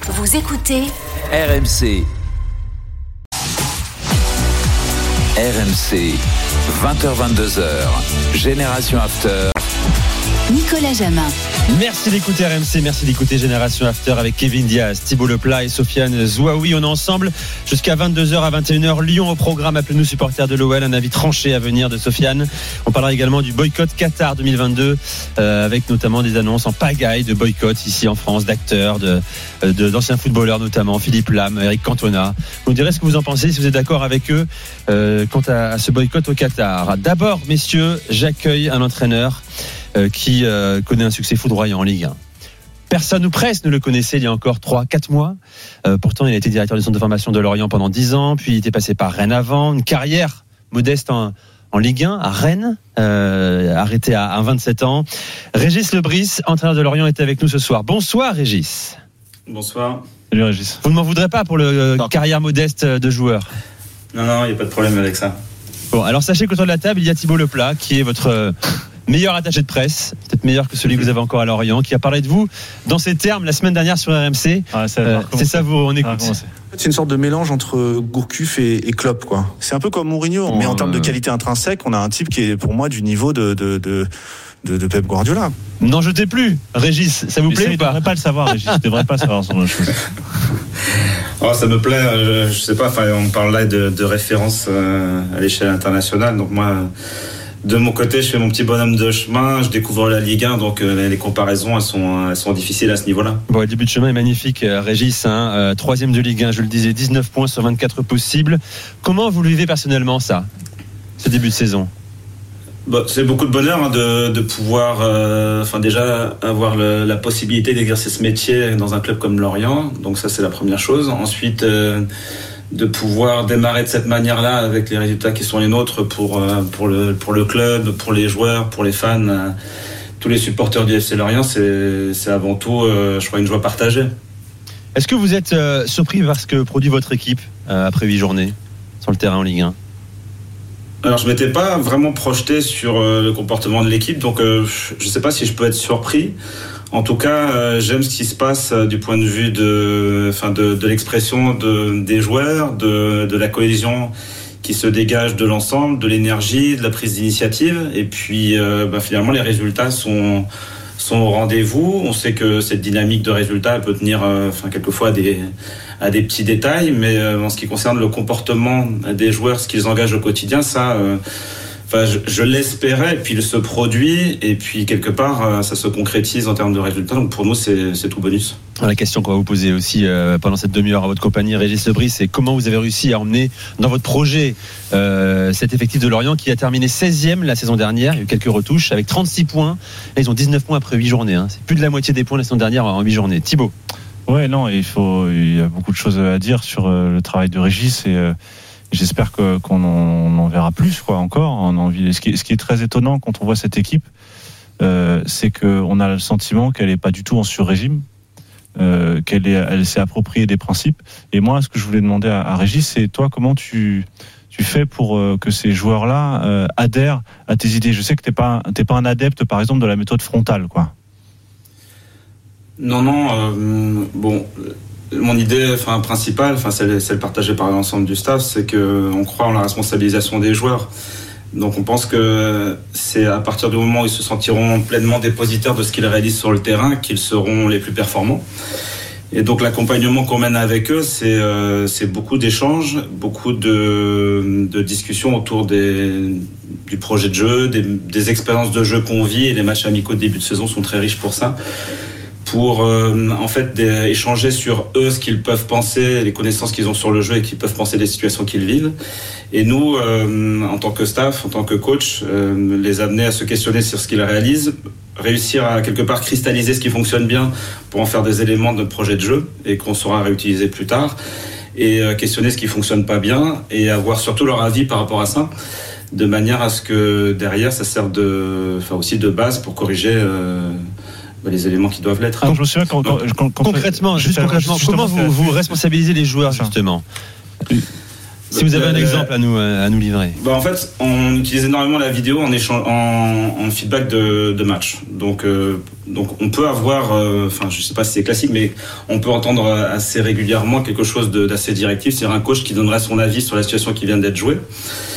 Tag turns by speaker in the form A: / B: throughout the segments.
A: Vous écoutez
B: RMC. RMC, 20h-22h, Génération After.
A: Nicolas Jamin.
C: Merci d'écouter RMC, merci d'écouter Génération After avec Kevin Diaz, Thibaut Leplat et Sofiane Zouaoui. On est ensemble jusqu'à 22h à 21h. Lyon au programme, appelez-nous supporters de l'OL, un avis tranché à venir de Sofiane. On parlera également du boycott Qatar 2022 avec notamment des annonces en pagaille de boycott ici en France, d'acteurs, d'anciens footballeurs notamment, Philippe Lam, Eric Cantona. Vous me direz ce que vous en pensez, si vous êtes d'accord avec eux quant à ce boycott au Qatar. D'abord, messieurs, j'accueille un entraîneur qui connaît un succès foudroyant en Ligue 1. Personne ou presque ne le connaissait il y a encore 3-4 mois. Pourtant, il a été directeur du centre de formation de Lorient pendant 10 ans, puis il était passé par Rennes avant. Une carrière modeste en Ligue 1 à Rennes, arrêté à 27 ans. Régis Lebris, entraîneur de Lorient, est avec nous ce soir. Bonsoir Régis.
D: Bonsoir.
C: Salut Régis. Vous ne m'en voudrez pas pour le carrière modeste de joueur?
D: Non, il n'y a pas de problème avec ça.
C: Bon, alors sachez qu'autour de la table, il y a Thibaut Leplat, qui est votre meilleur attaché de presse, peut-être meilleur que celui que vous avez encore à Lorient, qui a parlé de vous dans ces termes la semaine dernière sur RMC. C'est ça, vous, on écoute.
E: C'est une sorte de mélange entre Gourcuff et Klopp, quoi. C'est un peu comme Mourinho, mais en termes de qualité intrinsèque, on a un type qui est pour moi du niveau de Pep Guardiola.
C: N'en jetez plus, Régis, ça vous plaît ou pas?
F: Je ne devrais pas le savoir, Régis, je ne devrais pas savoir ce genre de choses.
D: Ça me plaît, je sais pas, on parle là de référence à l'échelle internationale, donc moi, de mon côté, je fais mon petit bonhomme de chemin, je découvre la Ligue 1, donc les comparaisons, elles sont difficiles à ce niveau-là.
C: Bon, le début de chemin est magnifique, Régis, 3e de Ligue 1, je le disais, 19 points sur 24 possibles. Comment vous le vivez personnellement, ça, ce début de saison?
D: C'est beaucoup de bonheur de pouvoir déjà avoir la possibilité d'exercer ce métier dans un club comme Lorient, donc ça c'est la première chose. Ensuite, de pouvoir démarrer de cette manière-là avec les résultats qui sont les nôtres pour le club, pour les joueurs, pour les fans, tous les supporters du FC Lorient, c'est avant tout, je crois, une joie partagée.
C: Est-ce que vous êtes surpris par ce que produit votre équipe après 8 journées sur le terrain en Ligue 1?
D: Alors, je m'étais pas vraiment projeté sur le comportement de l'équipe, donc je sais pas si je peux être surpris. En tout cas, j'aime ce qui se passe du point de vue de l'expression des joueurs, de la cohésion qui se dégage de l'ensemble, de l'énergie, de la prise d'initiative. Et puis, finalement, les résultats sont au rendez-vous. On sait que cette dynamique de résultats elle peut tenir quelquefois à des petits détails, mais en ce qui concerne le comportement des joueurs, ce qu'ils engagent au quotidien, ça... je l'espérais, et puis il se produit, et puis quelque part, ça se concrétise en termes de résultats. Donc pour nous, c'est tout bonus.
C: La question qu'on va vous poser aussi pendant cette demi-heure à votre compagnie, Régis Lebris, c'est comment vous avez réussi à emmener dans votre projet cet effectif de Lorient qui a terminé 16e la saison dernière. Il y a eu quelques retouches avec 36 points. Là, ils ont 19 points après 8 journées. C'est plus de la moitié des points la saison dernière en 8 journées. Thibaut.
F: Ouais, non, il y a beaucoup de choses à dire sur le travail de Régis et j'espère qu'on en verra plus, quoi, encore. On a envie. Ce qui est très étonnant quand on voit cette équipe, c'est qu'on a le sentiment qu'elle n'est pas du tout en sur-régime, elle s'est appropriée des principes. Et moi, ce que je voulais demander à Régis, c'est toi, comment tu fais pour que ces joueurs-là adhèrent à tes idées? Je sais que t'es pas un adepte, par exemple, de la méthode frontale, quoi.
D: Non. Mon idée principale, celle partagée par l'ensemble du staff, c'est qu'on croit en la responsabilisation des joueurs. Donc on pense que c'est à partir du moment où ils se sentiront pleinement dépositaires de ce qu'ils réalisent sur le terrain qu'ils seront les plus performants. Et donc l'accompagnement qu'on mène avec eux, c'est beaucoup d'échanges, beaucoup de discussions autour du projet de jeu, des expériences de jeu qu'on vit, et les matchs amicaux de début de saison sont très riches pour ça. Pour échanger sur eux, ce qu'ils peuvent penser, les connaissances qu'ils ont sur le jeu et qu'ils peuvent penser des situations qu'ils vivent. Et nous, en tant que staff, en tant que coach, les amener à se questionner sur ce qu'ils réalisent, réussir à quelque part cristalliser ce qui fonctionne bien pour en faire des éléments de projet de jeu et qu'on saura réutiliser plus tard, et questionner ce qui fonctionne pas bien et avoir surtout leur avis par rapport à ça, de manière à ce que derrière ça serve aussi de base pour corriger les éléments qui doivent l'être.
F: Donc, je me souviens
C: concrètement, comment vous responsabilisez les joueurs, justement? Si vous avez un exemple à nous livrer.
D: En fait, on utilise énormément la vidéo en feedback de match. Donc on peut avoir, je sais pas si c'est classique, mais on peut entendre assez régulièrement quelque chose d'assez directif. C'est-à-dire un coach qui donnerait son avis sur la situation qui vient d'être jouée.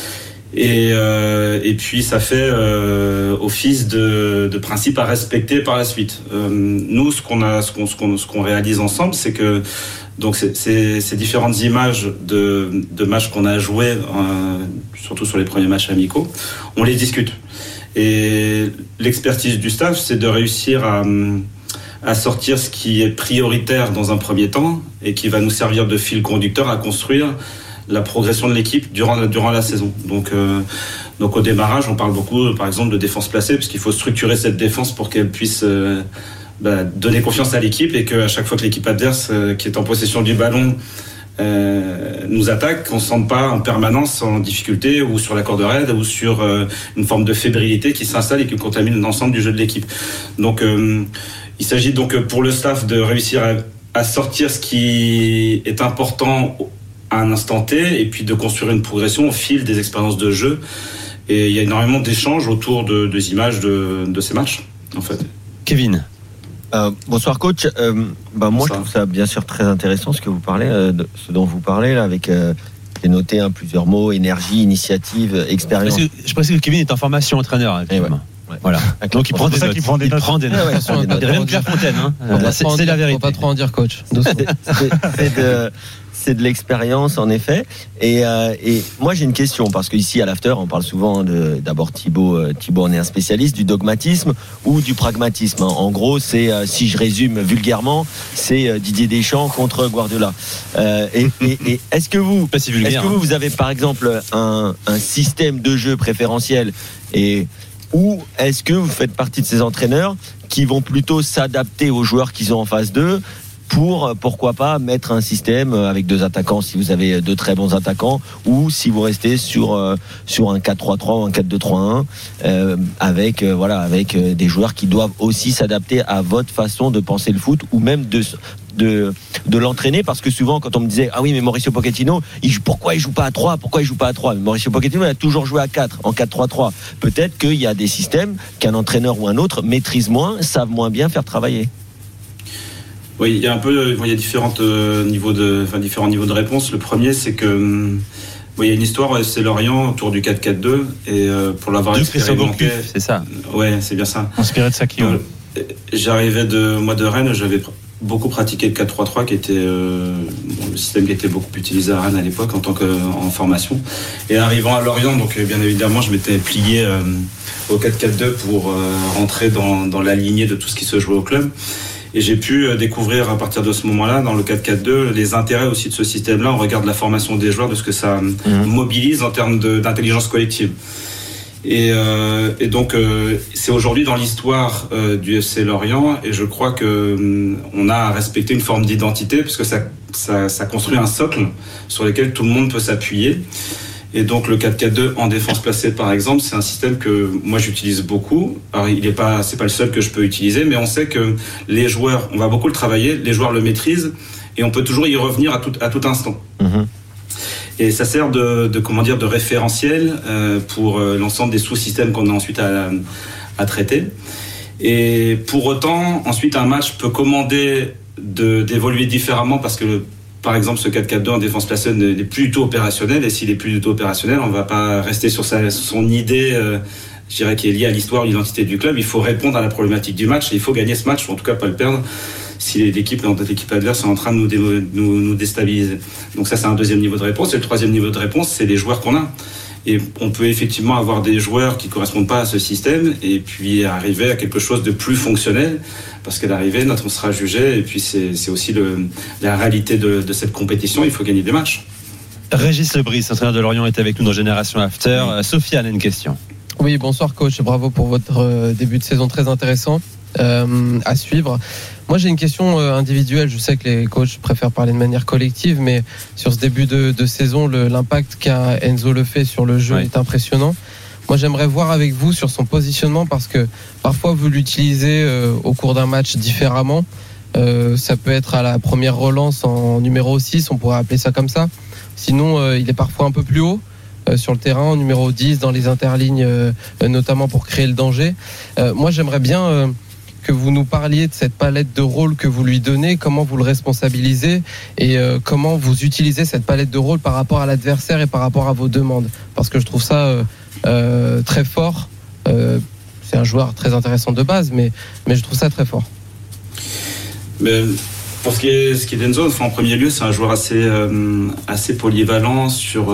D: Et puis ça fait office de principe à respecter par la suite. Nous, ce qu'on réalise ensemble, c'est que donc ces différentes images de matchs qu'on a joués, surtout sur les premiers matchs amicaux, on les discute. Et l'expertise du staff, c'est de réussir à sortir ce qui est prioritaire dans un premier temps et qui va nous servir de fil conducteur à construire la progression de l'équipe durant la saison. Donc au démarrage, on parle beaucoup, par exemple, de défense placée, puisqu'il faut structurer cette défense pour qu'elle puisse donner confiance à l'équipe et qu'à chaque fois que l'équipe adverse qui est en possession du ballon nous attaque, qu'on ne se sente pas en permanence en difficulté ou sur la corde raide ou sur une forme de fébrilité qui s'installe et qui contamine l'ensemble du jeu de l'équipe. Donc il s'agit donc pour le staff de réussir à sortir ce qui est important à un instant T et puis de construire une progression au fil des expériences de jeu. Et il y a énormément d'échanges autour des images de ces matchs, en fait.
C: Kevin.
G: Bonsoir coach. Moi je trouve ça bien sûr très intéressant ce que vous parlez, ce dont vous parlez là, avec j'ai noté plusieurs mots: énergie, initiative, expérience.
C: Je précise que Kevin est en formation entraîneur actuellement. Ouais. Voilà. Donc il prend des notes. Il prend des notes. Rien de Clairefontaine. C'est la vérité.
H: Faut pas trop en dire, coach.
G: C'est de l'expérience en effet. Et moi j'ai une question, parce qu'ici à l'after on parle souvent d'abord Thibaut on est un spécialiste du dogmatisme ou du pragmatisme. En gros c'est, si je résume vulgairement, c'est Didier Deschamps contre Guardiola. Et est-ce que vous avez par exemple un système de jeu préférentiel, ou est-ce que vous faites partie de ces entraîneurs qui vont plutôt s'adapter aux joueurs qu'ils ont en face d'eux pour, pourquoi pas, mettre un système avec deux attaquants si vous avez deux très bons attaquants, ou si vous restez sur un 4-3-3 ou un 4-2-3-1 avec des joueurs qui doivent aussi s'adapter à votre façon de penser le foot, ou même de l'entraîner, parce que souvent quand on me disait mais Mauricio Pochettino pourquoi il joue pas à 3, mais Mauricio Pochettino il a toujours joué à 4 en 4-3-3. Peut-être qu'il y a des systèmes qu'un entraîneur ou un autre maîtrise moins, savent moins bien faire travailler.
D: Oui, il y a différents niveaux de réponse. Le premier, c'est que il y a une histoire, c'est Lorient autour du 4-4-2, et pour l'avoir expérimenté,
C: c'est ça.
D: Ouais, c'est bien ça.
F: Inspiré de Saki.
D: J'arrivais de Rennes, j'avais beaucoup pratiqué le 4-3-3, qui était le système qui était beaucoup utilisé à Rennes à l'époque en formation. Et arrivant à Lorient, donc bien évidemment, je m'étais plié au 4-4-2 pour rentrer dans la lignée de tout ce qui se jouait au club. Et j'ai pu découvrir à partir de ce moment-là, dans le 4-4-2, les intérêts aussi de ce système-là. On regarde la formation des joueurs, de ce que ça mobilise en termes d'intelligence collective. Et donc, c'est aujourd'hui dans l'histoire du FC Lorient, et je crois que on a à respecter une forme d'identité, parce que ça construit un socle sur lequel tout le monde peut s'appuyer. Et donc le 4-4-2 en défense placée, par exemple, c'est un système que moi j'utilise beaucoup. Alors c'est pas le seul que je peux utiliser, mais on sait que les joueurs, on va beaucoup le travailler, les joueurs le maîtrisent, et on peut toujours y revenir à tout instant. Et ça sert de référentiel pour l'ensemble des sous-systèmes qu'on a ensuite à traiter. Et pour autant, ensuite un match peut commander d'évoluer différemment, parce que par exemple, ce 4-4-2 en défense placée n'est plus du tout opérationnel, et s'il est plus du tout opérationnel, on ne va pas rester sur son idée, je dirais, qui est liée à l'histoire, l'identité du club. Il faut répondre à la problématique du match, et il faut gagner ce match, ou en tout cas pas le perdre, si l'équipe adverse est en train de nous déstabiliser. Donc ça, c'est un deuxième niveau de réponse. Et le troisième niveau de réponse, c'est les joueurs qu'on a. Et on peut effectivement avoir des joueurs qui ne correspondent pas à ce système, et puis arriver à quelque chose de plus fonctionnel, parce qu'à l'arrivée, on sera jugé, et puis c'est aussi la réalité de cette compétition. Il faut gagner des matchs.
C: Régis Lebris, entraîneur de Lorient, est avec nous dans Génération After. Sofiane a une question.
H: Oui, bonsoir coach, bravo pour votre début de saison très intéressant à suivre. Moi j'ai une question individuelle, je sais que les coachs préfèrent parler de manière collective, mais sur ce début de saison, l'impact qu'a Enzo Lefebvre sur le jeu est impressionnant. Moi j'aimerais voir avec vous sur son positionnement, parce que parfois vous l'utilisez au cours d'un match différemment. Ça peut être à la première relance en numéro 6, on pourrait appeler ça comme ça. Sinon, il est parfois un peu plus haut sur le terrain, en numéro 10, dans les interlignes, notamment pour créer le danger. Moi, j'aimerais bien que vous nous parliez de cette palette de rôles que vous lui donnez, comment vous le responsabilisez et comment vous utilisez cette palette de rôles par rapport à l'adversaire et par rapport à vos demandes. Parce que je trouve ça très fort. C'est un joueur très intéressant de base, mais je trouve ça très fort.
D: Mais pour ce qui est d'Enzo, en premier lieu, c'est un joueur assez polyvalent sur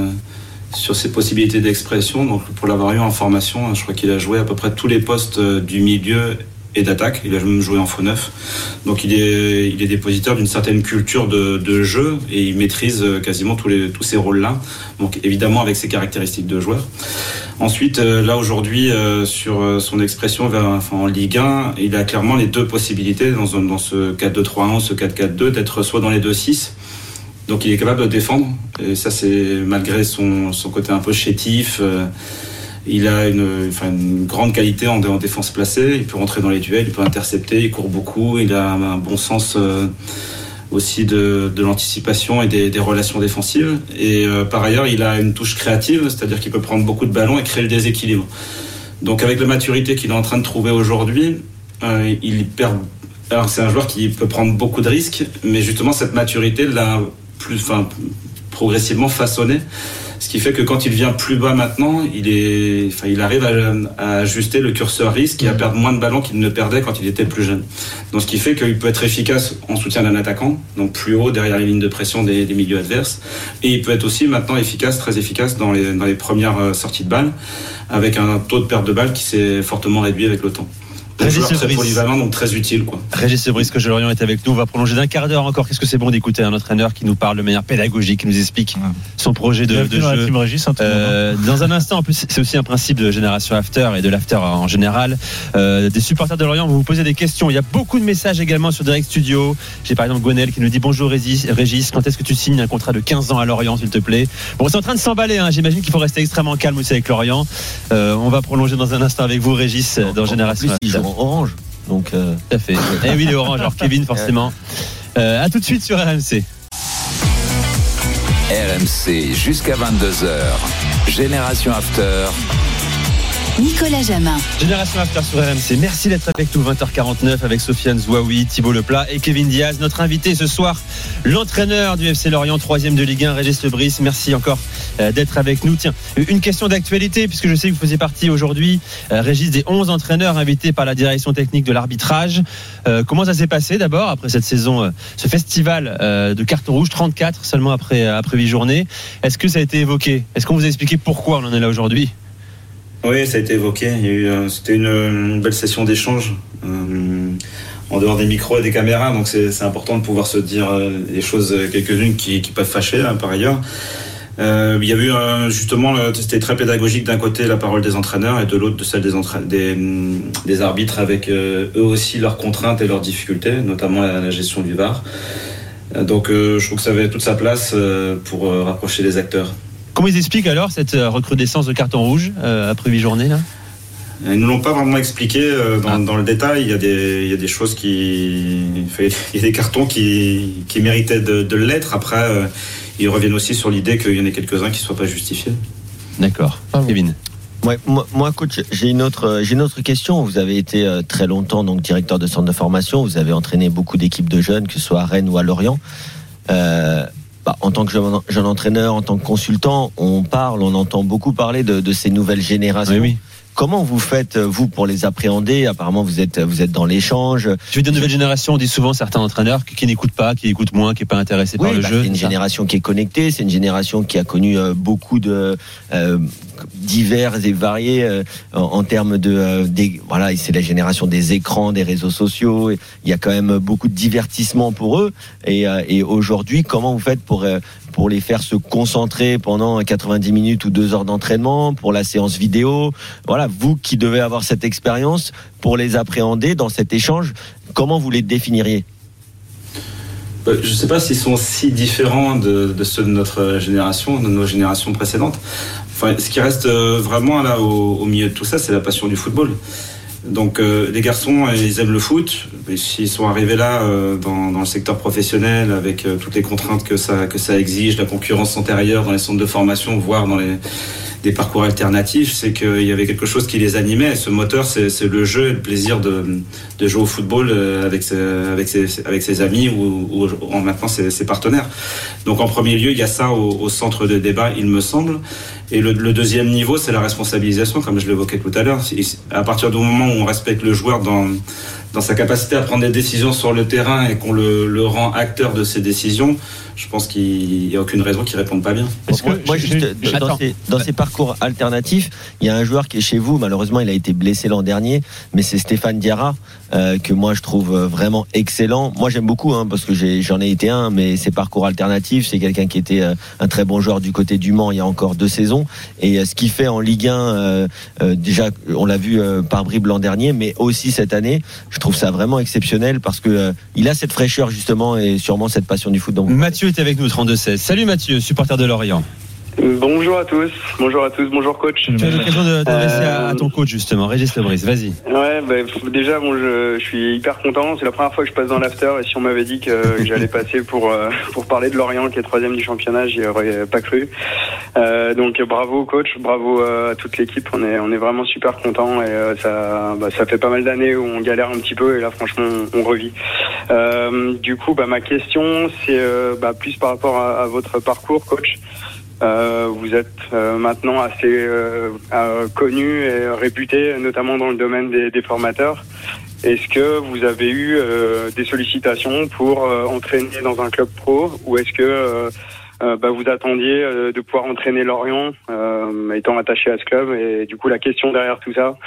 D: ses possibilités d'expression. Donc pour l'avoir eu en formation, je crois qu'il a joué à peu près tous les postes du milieu et d'attaque. Il a même joué en faux neuf. Donc il est dépositaire d'une certaine culture de jeu et il maîtrise quasiment tous ces rôles-là. Donc évidemment avec ses caractéristiques de joueur. Ensuite, là aujourd'hui, sur son expression en Ligue 1, il a clairement les deux possibilités dans ce 4-2-3-1, ce 4-4-2, d'être soit dans les 2-6. Donc il est capable de défendre. Et ça, c'est malgré son côté un peu chétif. Il a une grande qualité en défense placée. Il peut rentrer dans les duels, il peut intercepter, il court beaucoup. Il a un bon sens aussi de l'anticipation et des relations défensives. Et par ailleurs, il a une touche créative, c'est-à-dire qu'il peut prendre beaucoup de ballons et créer le déséquilibre. Donc avec la maturité qu'il est en train de trouver aujourd'hui, il perd. Alors c'est un joueur qui peut prendre beaucoup de risques, mais justement cette maturité l'a progressivement façonné. Ce qui fait que quand il vient plus bas maintenant, il arrive à ajuster le curseur risque et à perdre moins de ballons qu'il ne perdait quand il était plus jeune. Donc ce qui fait qu'il peut être efficace en soutien d'un attaquant, donc plus haut derrière les lignes de pression des milieux adverses. Et il peut être aussi maintenant très efficace dans les premières sorties de balles, avec un taux de perte de balles qui s'est fortement réduit avec le temps. Un joueur très polyvalent, donc très utile, quoi.
C: Régis Sebris, que Lorient est avec nous. On va prolonger d'un quart d'heure encore. Qu'est-ce que c'est bon d'écouter un entraîneur qui nous parle de manière pédagogique, qui nous explique son projet de jeu.
F: Dans la team Régis,
C: dans un instant, en plus, c'est aussi un principe de Génération After et de l'After en général. Des supporters de Lorient vont vous poser des questions. Il y a beaucoup de messages également sur Direct Studio. J'ai par exemple Gwenel qui nous dit bonjour Régis, quand est-ce que tu signes un contrat de 15 ans à Lorient, s'il te plaît? Bon, c'est en train de s'emballer, hein. J'imagine qu'il faut rester extrêmement calme aussi avec Lorient. On va prolonger dans un instant avec vous, Régis, dans Génération After.
G: Ils jouent en orange. Donc,
C: tout à fait. Et oui, les oranges. Alors Kevin, forcément. À tout de suite sur RMC.
B: RMC jusqu'à 22h. Génération After.
A: Nicolas Jamin.
C: Génération After sur RMC. Merci d'être avec nous. 20h49 avec Sofiane Zouaoui, Thibaut Leplat et Kevin Diaz. Notre invité ce soir, l'entraîneur du FC Lorient, 3e de Ligue 1, Régis Sebris. Merci encore d'être avec nous. Tiens, une question d'actualité, puisque je sais que vous faisiez partie aujourd'hui, Régis, des 11 entraîneurs invités par la direction technique de l'arbitrage. Comment ça s'est passé d'abord après cette saison, ce festival de carton rouge, 34 seulement après 8 journées? Est-ce que ça a été évoqué? Est-ce qu'on vous a expliqué pourquoi on en est là aujourd'hui?
D: Oui, ça a été évoqué. C'était une belle session d'échange en dehors des micros et des caméras, donc c'est important de pouvoir se dire des choses, quelques-unes qui peuvent fâcher par ailleurs. Il y a eu justement, c'était très pédagogique d'un côté la parole des entraîneurs et de l'autre de celle des arbitres avec eux aussi leurs contraintes et leurs difficultés, notamment la gestion du VAR. Donc je trouve que ça avait toute sa place pour rapprocher les acteurs.
C: Comment ils expliquent alors cette recrudescence de carton rouge après 8 journées là?
D: Ils ne nous l'ont pas vraiment expliqué dans le détail. Il y a des choses il y a des cartons qui méritaient de l'être. Après, ils reviennent aussi sur l'idée qu'il y en ait quelques-uns qui ne soient pas justifiés.
C: D'accord. Kevin.
G: Ouais, moi, coach, j'ai une autre question. Vous avez été très longtemps donc directeur de centre de formation. Vous avez entraîné beaucoup d'équipes de jeunes, que ce soit à Rennes ou à Lorient. En tant que jeune entraîneur, en tant que consultant, on entend beaucoup parler de ces nouvelles générations.
C: Oui.
G: Comment vous faites, vous, pour les appréhender? Apparemment, vous êtes dans l'échange.
C: Tu veux dire nouvelle génération, on dit souvent certains entraîneurs qui n'écoutent pas, qui écoutent moins, qui n'est pas intéressé par le jeu.
G: C'est une génération qui est connectée, c'est une génération qui a connu beaucoup de divers et variés en termes voilà, c'est la génération des écrans, des réseaux sociaux. Il y a quand même beaucoup de divertissement pour eux. Et aujourd'hui, comment vous faites pour les faire se concentrer pendant 90 minutes ou 2 heures d'entraînement, pour la séance vidéo? Voilà, vous qui devez avoir cette expérience, pour les appréhender dans cet échange, comment vous les définiriez?
D: Je ne sais pas s'ils sont si différents de ceux de notre génération, de nos générations précédentes. Enfin, ce qui reste vraiment là au milieu de tout ça, c'est la passion du football. Donc les garçons, ils aiment le foot. Et s'ils sont arrivés là dans le secteur professionnel avec toutes les contraintes que ça exige, la concurrence antérieure dans les centres de formation, voire dans des parcours alternatifs, c'est qu'il y avait quelque chose qui les animait. Et ce moteur, c'est le jeu et le plaisir de jouer au football avec ses amis ou maintenant ses partenaires. Donc en premier lieu, il y a ça au centre de débat, il me semble. Et le deuxième niveau, c'est la responsabilisation, comme je l'évoquais tout à l'heure. À partir du moment où on respecte le joueur dans sa capacité à prendre des décisions sur le terrain et qu'on le rend acteur de ses décisions, je pense qu'il n'y a aucune raison qu'il ne réponde pas bien.
G: Moi, juste dans ces parcours alternatifs, il y a un joueur qui est chez vous, malheureusement il a été blessé l'an dernier, mais c'est Stéphane Diarra, que moi je trouve vraiment excellent. Moi j'aime beaucoup, parce que j'en ai été un, mais ces parcours alternatifs, c'est quelqu'un qui était un très bon joueur du côté du Mans il y a encore 2 saisons, et ce qu'il fait en Ligue 1, déjà on l'a vu par bribes l'an dernier, mais aussi cette année, je trouve ça vraiment exceptionnel parce que il a cette fraîcheur justement et sûrement cette passion du foot. Donc
C: Mathieu est avec nous, 32-16. Salut Mathieu, supporter de Lorient.
I: Bonjour à tous, bonjour coach.
C: Tu as l'occasion de t'adresser à ton coach justement, Régis Lebris, vas-y.
I: Ouais, déjà je suis hyper content, c'est la première fois que je passe dans l'after et si on m'avait dit que j'allais passer pour parler de Lorient qui est 3e du championnat, j'y aurais pas cru. Donc bravo coach, bravo à toute l'équipe, on est vraiment super content et ça fait pas mal d'années où on galère un petit peu et là franchement on revit. Du coup ma question c'est plus par rapport à votre parcours coach. Vous êtes maintenant assez connu et réputé, notamment dans le domaine des formateurs. Est-ce que vous avez eu des sollicitations pour entraîner dans un club pro ou est-ce que vous attendiez de pouvoir entraîner Lorient étant attaché à ce club et du coup la question derrière tout ça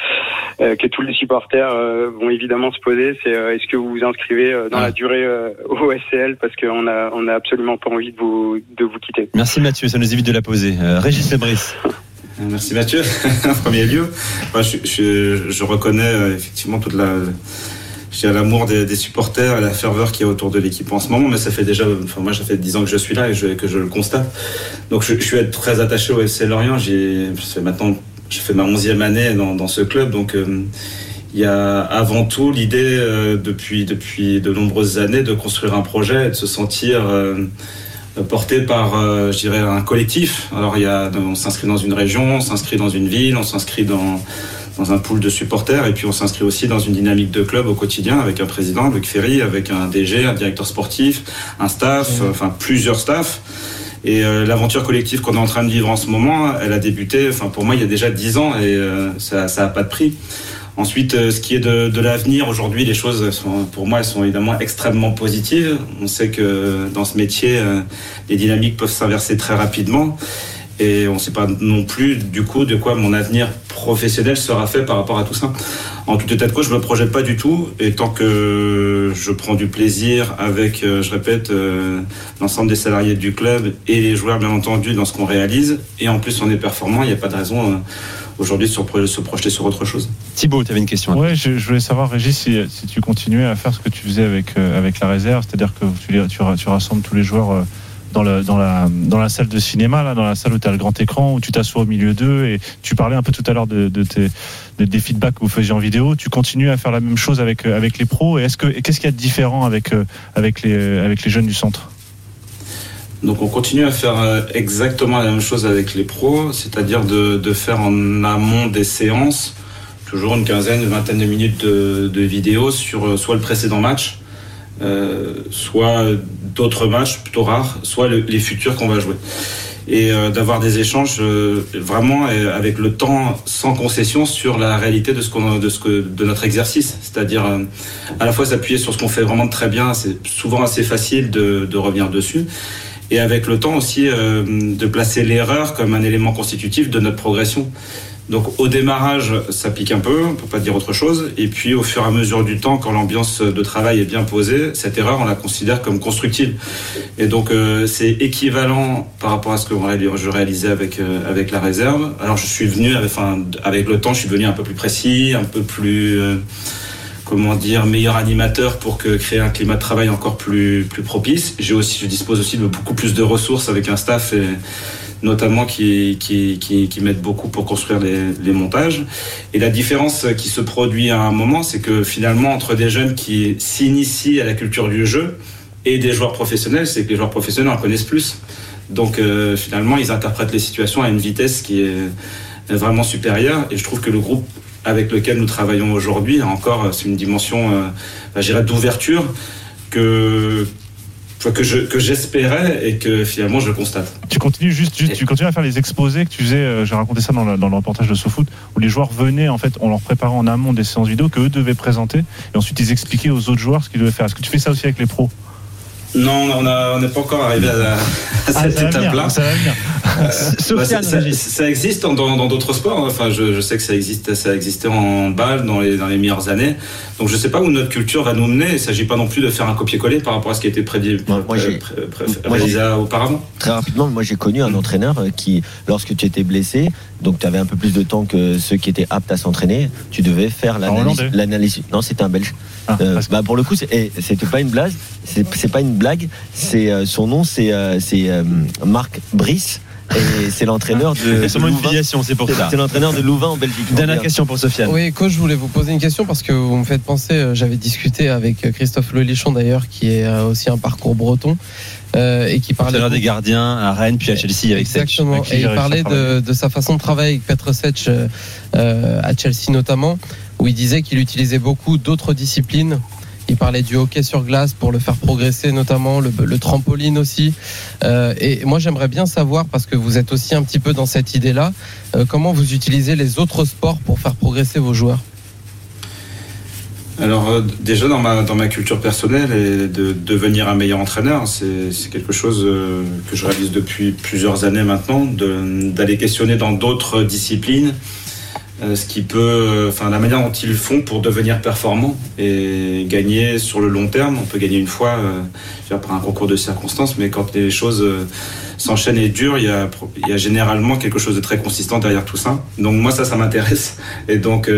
I: que tous les supporters vont évidemment se poser, c'est est-ce que vous vous inscrivez dans la durée au SCL parce qu'on a absolument pas envie de vous quitter.
C: Merci Mathieu, ça nous évite de la poser. Régis Lebris.
D: Merci Mathieu. En premier lieu, je reconnais effectivement toute l'amour des supporters et la ferveur qu'il y a autour de l'équipe en ce moment, mais ça fait déjà, moi ça fait 10 ans que je suis là et que je le constate. Donc je suis très attaché au FC Lorient. J'ai fait ma 11e année dans ce club, donc il y a avant tout l'idée depuis de nombreuses années de construire un projet et de se sentir porté par, je dirais, un collectif. Alors on s'inscrit dans une région, on s'inscrit dans une ville, on s'inscrit dans un pool de supporters et puis on s'inscrit aussi dans une dynamique de club au quotidien avec un président, Luc Ferry, avec un DG, un directeur sportif, un staff, plusieurs staffs. Et l'aventure collective qu'on est en train de vivre en ce moment, elle a débuté, pour moi, il y a déjà 10 ans et ça a pas de prix. Ensuite, ce qui est de l'avenir, aujourd'hui, les choses, pour moi, elles sont évidemment extrêmement positives. On sait que dans ce métier, les dynamiques peuvent s'inverser très rapidement. Et on ne sait pas non plus, du coup, de quoi mon avenir professionnel sera fait par rapport à tout ça. En tout état de cause, je ne me projette pas du tout. Et tant que je prends du plaisir avec, je répète, l'ensemble des salariés du club et les joueurs, bien entendu, dans ce qu'on réalise, et en plus on est performant, il n'y a pas de raison aujourd'hui de se projeter sur autre chose.
C: Thibaut, tu avais une question.
F: Ouais, je voulais savoir, Régis, si tu continuais à faire ce que tu faisais avec la réserve, c'est-à-dire que tu rassembles tous les joueurs dans la salle de cinéma, là, dans la salle où tu as le grand écran, où tu t'assois au milieu d'eux, et tu parlais un peu tout à l'heure des feedbacks que vous faisiez en vidéo. Tu continues à faire la même chose avec les pros, et qu'est-ce qu'il y a de différent avec les jeunes du centre?
D: Donc on continue à faire exactement la même chose avec les pros, c'est-à-dire de faire en amont des séances, toujours une quinzaine, une vingtaine de minutes de vidéos sur soit le précédent match, soit d'autres matchs plutôt rares, soit les futurs qu'on va jouer. Et d'avoir des échanges vraiment avec le temps sans concession sur la réalité de notre exercice. C'est-à-dire à la fois s'appuyer sur ce qu'on fait vraiment de très bien, c'est souvent assez facile de revenir dessus. Et avec le temps aussi de placer l'erreur comme un élément constitutif de notre progression. Donc au démarrage, ça pique un peu, on peut pas dire autre chose. Et puis au fur et à mesure du temps, quand l'ambiance de travail est bien posée, cette erreur, on la considère comme constructive. Et donc c'est équivalent par rapport à ce que je réalisais avec la réserve. Alors je suis venu, avec le temps, je suis devenu un peu plus précis, un peu plus... meilleur animateur pour créer un climat de travail encore plus propice. Je dispose aussi de beaucoup plus de ressources avec un staff et notamment qui m'aide beaucoup pour construire les montages. Et la différence qui se produit à un moment, c'est que finalement, entre des jeunes qui s'initient à la culture du jeu et des joueurs professionnels, c'est que les joueurs professionnels en connaissent plus. Donc finalement, ils interprètent les situations à une vitesse qui est vraiment supérieure. Et je trouve que le groupe avec lequel nous travaillons aujourd'hui a encore une dimension, je dirais, d'ouverture que j'espérais et que finalement je constate.
F: Tu continues à faire les exposés que tu faisais, j'ai raconté ça dans le reportage de SoFoot, où les joueurs venaient, en fait, on leur préparait en amont des séances vidéo qu'eux devaient présenter et ensuite ils expliquaient aux autres joueurs ce qu'ils devaient faire. Est-ce que tu fais ça aussi avec les pros ?
D: Non, on n'est pas encore arrivé à cette étape-là.
F: Ça va venir.
C: Sofiane,
D: ça existe dans d'autres sports. Enfin, je sais que ça existait en balle dans les meilleures années. Donc, je ne sais pas où notre culture va nous mener. Il ne s'agit pas non plus de faire un copier-coller par rapport à ce qui a été réalisé auparavant.
G: Très rapidement, moi j'ai connu un entraîneur qui, lorsque tu étais blessé, donc tu avais un peu plus de temps que ceux qui étaient aptes à s'entraîner, tu devais faire l'analyse. Non, c'était un Belge. Pour le coup, c'était pas une blague. C'est pas une blague. Son nom, c'est Marc Brice. Et c'est l'entraîneur de.
C: C'est une filiation, c'est pour ça.
G: C'est l'entraîneur de Louvain en Belgique.
C: Dernière question pour Sofiane.
H: Oui, coach, je voulais vous poser une question parce que vous me faites penser. J'avais discuté avec Christophe Lelichon d'ailleurs, qui est aussi un parcours breton. Et qui parlait
C: des gardiens à Rennes puis à Chelsea avec Sech.
H: Exactement. Et il parlait de sa façon de travailler avec Petr Sech à Chelsea notamment, où il disait qu'il utilisait beaucoup d'autres disciplines. Il parlait du hockey sur glace pour le faire progresser, notamment le trampoline aussi. Et moi, j'aimerais bien savoir, parce que vous êtes aussi un petit peu dans cette idée-là, comment vous utilisez les autres sports pour faire progresser vos joueurs.
D: Alors déjà dans ma culture personnelle et de devenir un meilleur entraîneur, c'est quelque chose que je réalise depuis plusieurs années maintenant, d'aller questionner dans d'autres disciplines la manière dont ils font pour devenir performants et gagner sur le long terme. On peut gagner une fois par un concours de circonstances, mais quand les choses s'enchaînent et durent, il y a généralement quelque chose de très consistant derrière tout ça. Donc moi ça m'intéresse. Et donc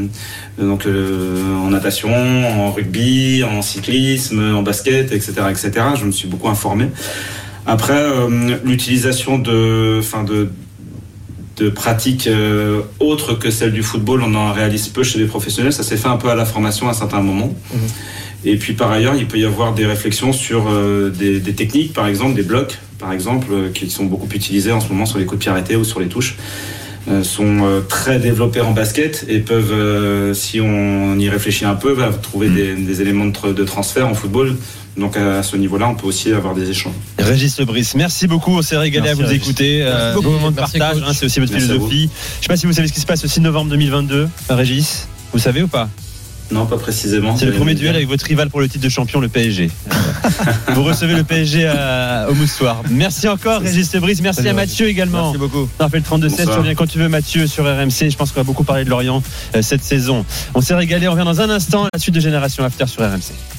D: en natation, en rugby, en cyclisme, en basket, etc., je me suis beaucoup informé. Après, l'utilisation de pratiques autres que celles du football, on en réalise peu chez les professionnels. Ça s'est fait un peu à la formation à un certain moment. Et puis par ailleurs, il peut y avoir des réflexions sur des techniques, par exemple, des blocs, par exemple, qui sont beaucoup utilisés en ce moment sur les coups de pied arrêtés ou sur les touches. Sont très développés en basket et peuvent, si on y réfléchit un peu, trouver des éléments de transfert en football. Donc à ce niveau-là, on peut aussi avoir des échanges.
C: Régis Lebris, merci beaucoup. On s'est régalé à vous écouter. Beau moment de partage, c'est aussi votre philosophie. Je ne sais pas si vous savez ce qui se passe le 6 novembre 2022. Régis, vous savez ou pas ?
D: Non, pas précisément.
C: C'est le premier duel avec votre rival pour le titre de champion, le PSG. Vous recevez le PSG au Moussoir. Merci encore, Régis Lebris. Merci à Mathieu également.
G: Merci beaucoup.
C: On rappelle 32-16, tu reviens quand tu veux, Mathieu, sur RMC. Je pense qu'on va beaucoup parler de Lorient cette saison. On s'est régalé, on revient dans un instant. La suite de Génération After sur RMC.